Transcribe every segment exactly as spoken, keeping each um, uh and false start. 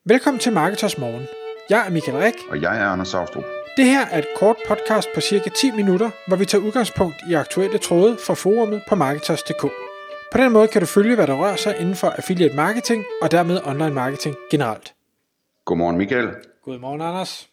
Velkommen til Marketers Morgen. Jeg er Michael Rik. Og jeg er Anders Saustrup. Det her er et kort podcast på cirka ti minutter, hvor vi tager udgangspunkt i aktuelle tråde fra forumet på Marketers punktum d k. På den måde kan du følge, hvad der rører sig inden for affiliate marketing og dermed online marketing generelt. Godmorgen Michael. Godmorgen Anders.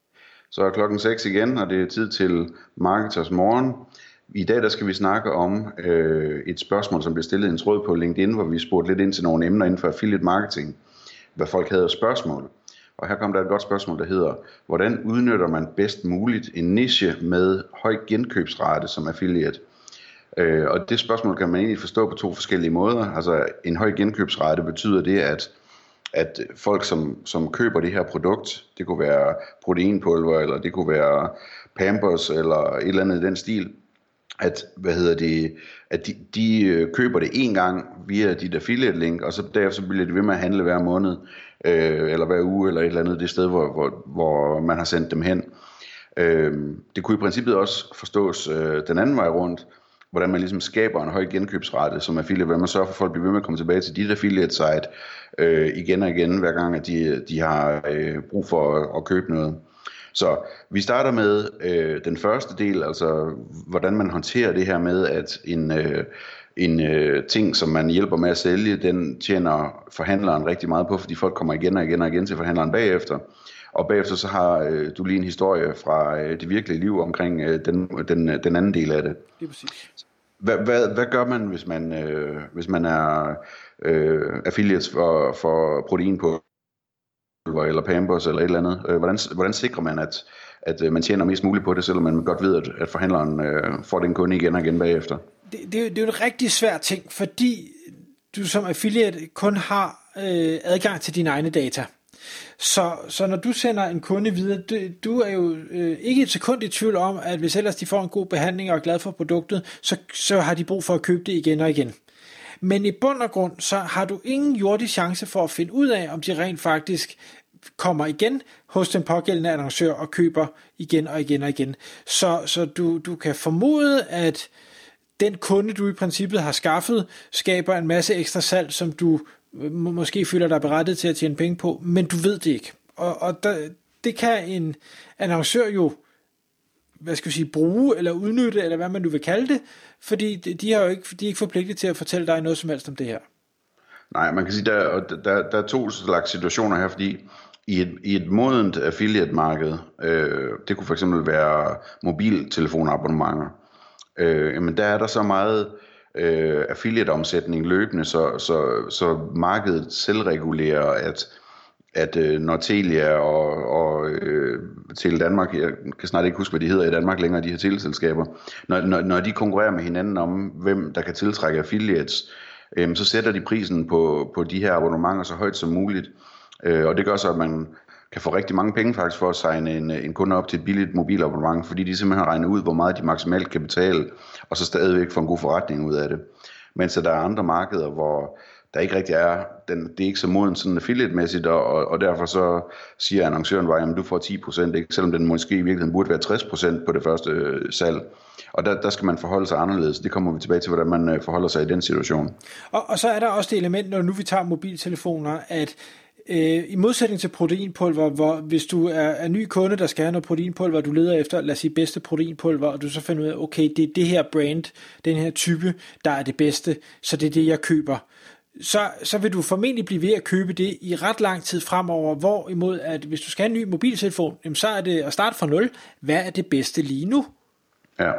Så er klokken seks igen, og det er tid til Marketers Morgen. I dag der skal vi snakke om øh, et spørgsmål, som blev stillet i en tråd på LinkedIn, hvor vi spurgte lidt ind til nogle emner inden for affiliate marketing, hvad folk havde af spørgsmål. Og her kom der et godt spørgsmål, der hedder, hvordan udnytter man bedst muligt en niche med høj genkøbsrate som affiliate? Øh, og det spørgsmål kan man egentlig forstå på to forskellige måder. Altså en høj genkøbsrate betyder det, at at folk, som, som køber det her produkt, det kunne være proteinpulver, eller det kunne være Pampers, eller et eller andet i den stil, at, hvad hedder det, at de, de køber det en gang via dit affiliate link, og så derefter bliver de ved med at handle hver måned, øh, eller hver uge, eller et eller andet det sted, hvor, hvor, hvor man har sendt dem hen. Øh, det kunne i princippet også forstås øh, den anden vej rundt, hvordan man ligesom skaber en høj genkøbsrate som affiliate, hvordan man sørger for, at folk bliver ved med at komme tilbage til dit affiliate site øh, igen og igen, hver gang at de, de har øh, brug for at, at købe noget. Så vi starter med øh, den første del, altså hvordan man håndterer det her med, at en, øh, en øh, ting, som man hjælper med at sælge, den tjener forhandleren rigtig meget på, fordi folk kommer igen og igen og igen til forhandleren bagefter. Og bagefter så har øh, du lige en historie fra øh, det virkelige liv omkring øh, den, den, den anden del af det. Det er præcis. Hvad, hvad, hvad gør man, hvis man, øh, hvis man er øh, affiliate for, for proteinpulver eller Pampers eller et eller andet? Øh, hvordan, hvordan sikrer man, at, at man tjener mest muligt på det, selvom man godt ved, at, at forhandleren øh, får den kunde igen og igen bagefter? Det, det, det er jo en rigtig svær ting, fordi du som affiliate kun har øh, adgang til dine egne data. Så, så når du sender en kunde videre, du, du er jo øh, ikke et sekund i tvivl om, at hvis ellers de får en god behandling og er glad for produktet, så, så har de brug for at købe det igen og igen. Men i bund og grund, så har du ingen jordisk chance for at finde ud af, om de rent faktisk kommer igen hos den pågældende annoncør og køber igen og igen og igen. Så, så du, du kan formode, at den kunde, du i princippet har skaffet, skaber en masse ekstra salg, som du måske føler dig berettiget til at tjene penge på, men du ved det ikke. Og, og der, det kan en annoncør jo, hvad skal jeg sige, bruge eller udnytte, eller hvad man nu vil kalde det, fordi de har jo ikke, de er ikke forpligtet til at fortælle dig noget som helst om det her. Nej, man kan sige, der, der, der er to slags situationer her, fordi i et, i et modent affiliate-marked, øh, det kunne for eksempel være mobiltelefonabonnementer, øh, jamen der er der så meget øh, affiliate-omsætning løbende, så, så, så markedet selvregulerer, at, at øh, når Telia og, og øh, Tele Danmark, jeg kan snart ikke huske, hvad de hedder i Danmark længere, de her teleselskaber, når, når, når de konkurrerer med hinanden om, hvem der kan tiltrække affiliates, øh, så sætter de prisen på, på de her abonnementer så højt som muligt, øh, og det gør så, at man kan få rigtig mange penge faktisk for at signe en, en kunde op til et billigt mobilabonnement, fordi de simpelthen har regnet ud, hvor meget de maksimalt kan betale, og så stadigvæk få en god forretning ud af det. Mens der er andre markeder, hvor der ikke rigtig er, den, det er ikke så moden sådan affiliate-mæssigt, og, og derfor så siger annoncøren bare, jamen du får ti procent, ikke? Selvom den måske i virkeligheden burde være tres procent på det første øh, salg. Og der, der skal man forholde sig anderledes. Det kommer vi tilbage til, hvordan man øh, forholder sig i den situation. Og, og så er der også det element, når nu vi tager mobiltelefoner, at i modsætning til proteinpulver, hvor hvis du er, er ny kunde, der skal have noget proteinpulver, du leder efter, lad os sige, bedste proteinpulver, og du så finder ud af, okay, det er det her brand, den her type, der er det bedste, så det er det, jeg køber. Så, så vil du formentlig blive ved at købe det i ret lang tid fremover, hvorimod at hvis du skal have en ny mobiltelefon, så er det at starte fra nul. Hvad er det bedste lige nu? Ja,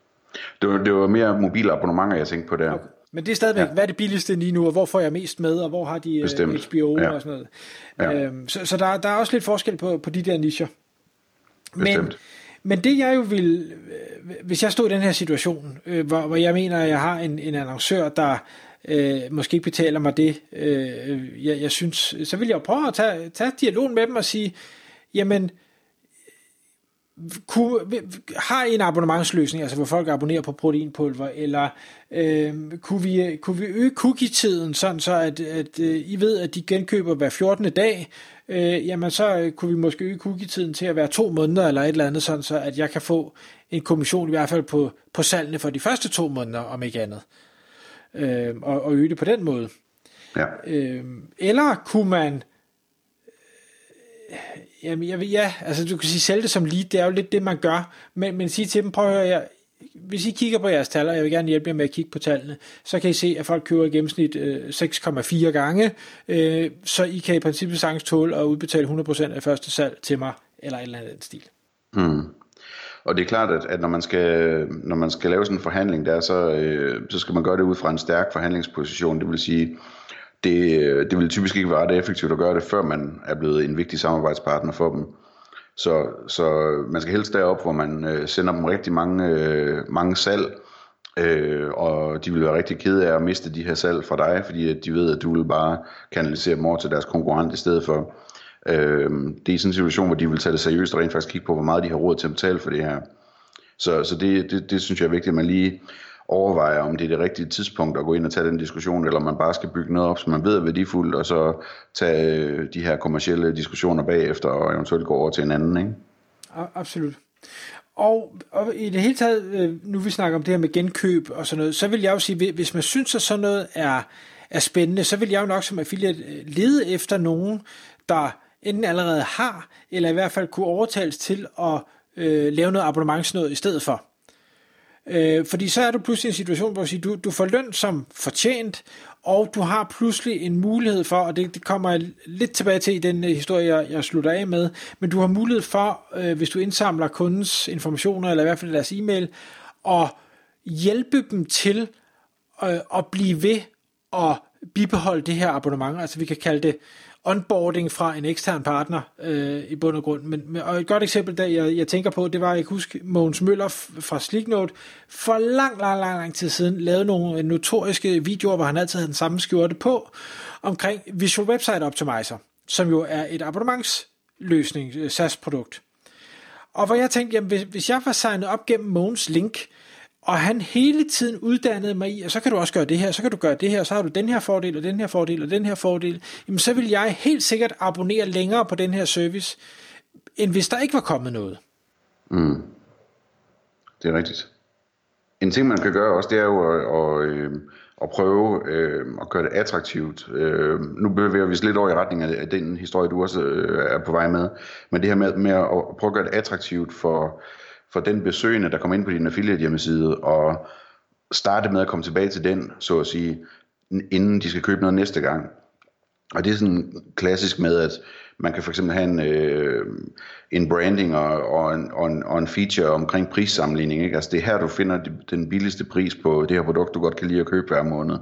det var, det var mere mobilabonnementer, jeg tænkte på der. Okay. Men det er stadigvæk, ja. Hvad er det billigste lige nu, og hvor får jeg mest med, og hvor har de Bestemt. H B O ja. Og sådan noget. Ja. Øhm, så så der, der er også lidt forskel på, på de der nicher. Men, men det jeg jo vil, hvis jeg stod i den her situation, øh, hvor, hvor jeg mener, at jeg har en, en annoncør, der øh, måske ikke betaler mig det, øh, jeg, jeg synes, så vil jeg jo prøve at tage, tage dialogen med dem og sige, jamen, Kunne, har I en abonnementsløsning, altså hvor folk abonnerer på proteinpulver, eller øh, kunne, vi, kunne vi øge cookie-tiden, sådan så at, at øh, I ved, at de genkøber hver fjortende dag, øh, jamen så øh, kunne vi måske øge cookie-tiden til at være to måneder, eller et eller andet, sådan så at jeg kan få en kommission i hvert fald på, på salgene for de første to måneder, om ikke andet, øh, og, og øge det på den måde. Ja. Øh, eller kunne man Jamen, jeg, ja, altså du kan sige, sælge det som lead, det er jo lidt det, man gør, men, men sige til dem, prøv at høre, jeg, hvis I kigger på jeres tal, og jeg vil gerne hjælpe jer med at kigge på tallene, så kan I se, at folk køber i gennemsnit øh, seks komma fire gange, øh, så I kan i princippet sagtens tåle at udbetale hundrede procent af første salg til mig, eller et eller andet stil. Hmm. Og det er klart, at, at når, man skal, når man skal lave sådan en forhandling der, så, øh, så skal man gøre det ud fra en stærk forhandlingsposition. Det vil sige, det, det vil typisk ikke være ret effektivt at gøre det, før man er blevet en vigtig samarbejdspartner for dem. Så, så man skal helst derop, hvor man øh, sender dem rigtig mange, øh, mange salg, øh, og de vil være rigtig kede af at miste de her salg fra dig, fordi de ved, at du vil bare kanalisere dem over til deres konkurrent i stedet for. Øh, det er sådan en situation, hvor de vil tage det seriøst og rent faktisk kigge på, hvor meget de har råd til at betale for det her. Så, så det, det, det synes jeg er vigtigt, at man lige overvejer, om det er det rigtige tidspunkt at gå ind og tage den diskussion, eller om man bare skal bygge noget op, som man ved er værdifuldt, og så tage de her kommercielle diskussioner bagefter, og eventuelt gå over til en anden, ikke? Absolut. Og, og i det hele taget, nu vi snakker om det her med genkøb og sådan noget, så vil jeg jo sige, hvis man synes, at sådan noget er, er spændende, så vil jeg jo nok som affiliate lede efter nogen, der enten allerede har, eller i hvert fald kunne overtales til at øh, lave noget abonnementsnød i stedet for. Øh, fordi så er du pludselig i en situation, hvor du, du får løn som fortjent, og du har pludselig en mulighed for, og det, det kommer jeg lidt tilbage til i den historie, jeg, jeg slutter af med, men du har mulighed for, øh, hvis du indsamler kundens informationer, eller i hvert fald deres e-mail, at hjælpe dem til øh, at blive ved at bibeholde det her abonnement. Altså vi kan kalde det onboarding fra en ekstern partner øh, i bund og grund. Men, og et godt eksempel, der jeg, jeg tænker på, det var, jeg kan huske, Mogens Møller fra Sliknote for lang, lang, lang, lang tid siden lavede nogle notoriske videoer, hvor han altid havde den samme skjorte på, omkring Visual Website Optimizer, som jo er et abonnementsløsning, SaaS-produkt. Og hvor jeg tænkte, jamen, hvis, hvis jeg var signet op gennem Mogens link, og han hele tiden uddannede mig i, og så kan du også gøre det her, så kan du gøre det her, og så har du den her fordel, og den her fordel, og den her fordel, jamen så vil jeg helt sikkert abonnere længere på den her service, end hvis der ikke var kommet noget. Mm. Det er rigtigt. En ting man kan gøre også, det er jo at, at, at prøve at gøre det attraktivt. Nu bevæger vi os lidt over i retning af den historie, du også er på vej med, men det her med, med at prøve at gøre det attraktivt for for den besøgende, der kommer ind på din affiliate hjemmeside, og starte med at komme tilbage til den, så at sige, inden de skal købe noget næste gang. Og det er sådan klassisk med, at man kan for eksempel have en, øh, en branding og, og, en, og, en, og en feature omkring prissammenligning, ikke? Altså det er her, du finder den billigste pris på det her produkt, du godt kan lide at købe hver måned.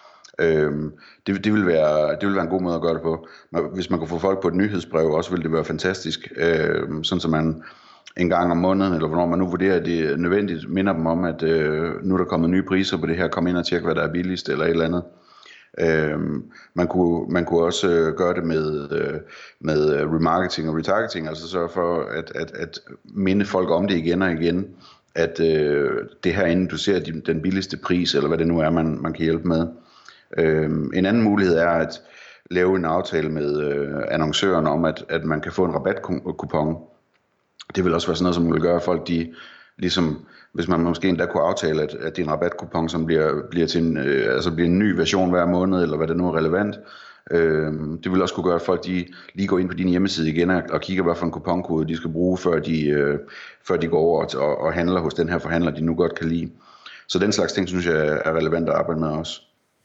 Øhm, det, det, vil være, det vil være en god måde at gøre det på. Hvis man kan få folk på et nyhedsbrev, også vil det være fantastisk, øh, sådan så man en gang om måneden, eller hvornår man nu vurderer, at det er nødvendigt, minder dem om, at øh, nu er der kommet nye priser på det her, kom ind og tjek, hvad der er billigst, eller et eller andet. Øh, man, kunne, man kunne også øh, gøre det med, øh, med remarketing og retargeting, altså sørge for at, at, at minde folk om det igen og igen, at øh, det herinde, du ser de, den billigste pris, eller hvad det nu er, man, man kan hjælpe med. Øh, en anden mulighed er at lave en aftale med øh, annoncøren om, at, at man kan få en rabatkupon. Det vil også være sådan noget, som vil gøre, at folk de, ligesom, hvis man måske endda kunne aftale, at, at det er en rabatkupon, som bliver, bliver til en, øh, altså bliver en ny version hver måned, eller hvad det nu er relevant. Øh, det vil også kunne gøre, at folk de lige går ind på din hjemmeside igen og, og kigger, hvad for en kuponkode de skal bruge, før de, øh, før de går over og, og, og handler hos den her forhandler, de nu godt kan lide. Så den slags ting, synes jeg er relevant at arbejde med også.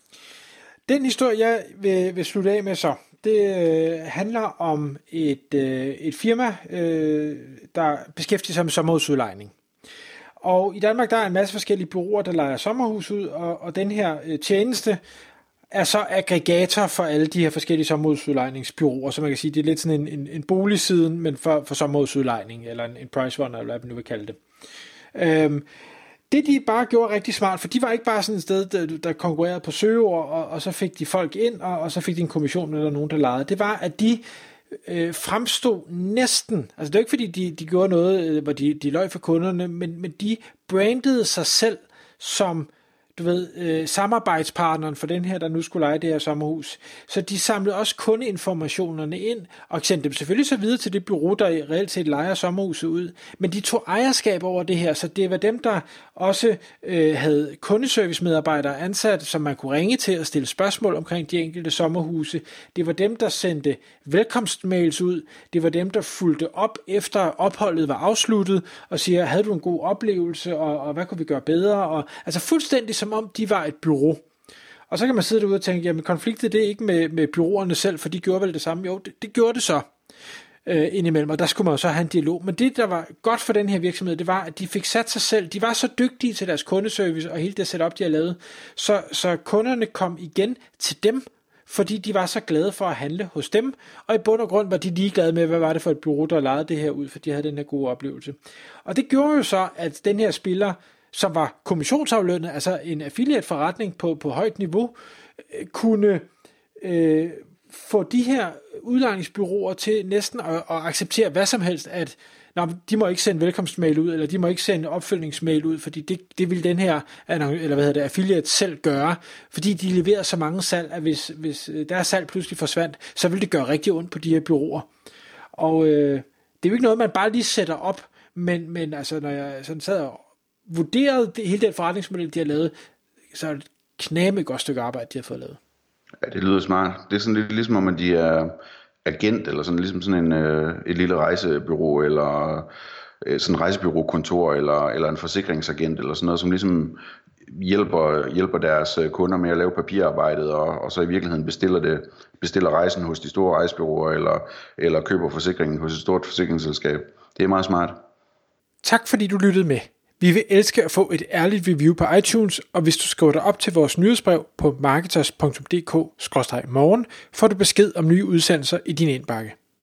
Den historie, jeg vil, vil slutte af med så, det øh, handler om et, øh, et firma, øh, der beskæftiger sig med sommerhusudlejning. Og i Danmark, der er en masse forskellige bureauer, der lejer sommerhus ud, og, og den her øh, tjeneste er så aggregator for alle de her forskellige sommerhusudlejningsbureauer, så man kan sige, det er lidt sådan en, en, en boligsiden, men for, for sommerhusudlejning, eller en, en price runner, eller hvad man nu vil kalde det. Øhm, Det de bare gjorde rigtig smart, for de var ikke bare sådan et sted, der, der konkurrerede på søgeord, og, og så fik de folk ind, og, og så fik de en kommission eller nogen, der lejede. Det var, at de øh, fremstod næsten, altså det er ikke fordi, de, de gjorde noget, hvor de, de løg for kunderne, men, men de brandede sig selv som du ved, øh, samarbejdspartneren for den her, der nu skulle leje det her sommerhus. Så de samlede også kundeinformationerne ind, og sendte dem selvfølgelig så videre til det bureau, der reelt set lejer sommerhuset ud. Men de tog ejerskab over det her, så det var dem, der også øh, havde kundeservice-medarbejdere ansat, som man kunne ringe til og stille spørgsmål omkring de enkelte sommerhuse. Det var dem, der sendte velkomstmails ud. Det var dem, der fulgte op efter opholdet var afsluttet og siger, havde du en god oplevelse, og, og hvad kunne vi gøre bedre? Og, altså fuldstændig som om de var et bureau. Og så kan man sidde derude og tænke, jamen konfliktet det er ikke med, med bureauerne selv, for de gjorde vel det samme. Jo, det, det gjorde det så øh, indimellem, og der skulle man jo så have en dialog. Men det, der var godt for den her virksomhed, det var, at de fik sat sig selv. De var så dygtige til deres kundeservice og hele det setup, de har lavet, så, så kunderne kom igen til dem, fordi de var så glade for at handle hos dem, og i bund og grund var de ligeglade med, hvad var det for et bureau, der lejede det her ud, for de havde den her gode oplevelse. Og det gjorde jo så, at den her spiller, som var kommissionsaflønnet, altså en affiliate-forretning på, på højt niveau, kunne øh, få de her udlejningsbureauer til næsten at, at acceptere hvad som helst, at nå, de må ikke sende velkomstmail ud, eller de må ikke sende opfølgningsmail ud, fordi det, det vil den her eller hvad hedder det, affiliate selv gøre, fordi de leverer så mange salg, at hvis, hvis deres salg pludselig forsvandt, så vil det gøre rigtig ondt på de her bureauer. Og øh, det er jo ikke noget, man bare lige sætter op, men, men altså, når jeg sådan sad og vurderede det, hele den forretningsmodel, de har lavet, så er det et knæmigt godt stykke arbejde, de har fået lavet. Ja, det lyder smart. Det er sådan lidt ligesom, om de er agent, eller sådan ligesom sådan en, øh, et lille rejsebyrå, eller øh, sådan en rejsebyråkontor, eller, eller en forsikringsagent, eller sådan noget, som ligesom hjælper, hjælper deres kunder med at lave papirarbejdet, og, og så i virkeligheden bestiller, det, bestiller rejsen hos de store rejsebyråer, eller, eller køber forsikringen hos et stort forsikringsselskab. Det er meget smart. Tak fordi du lyttede med. Vi vil elske at få et ærligt review på iTunes, og hvis du skriver dig op til vores nyhedsbrev på marketers punktum d k skråstreg morgen, får du besked om nye udsendelser i din indbakke.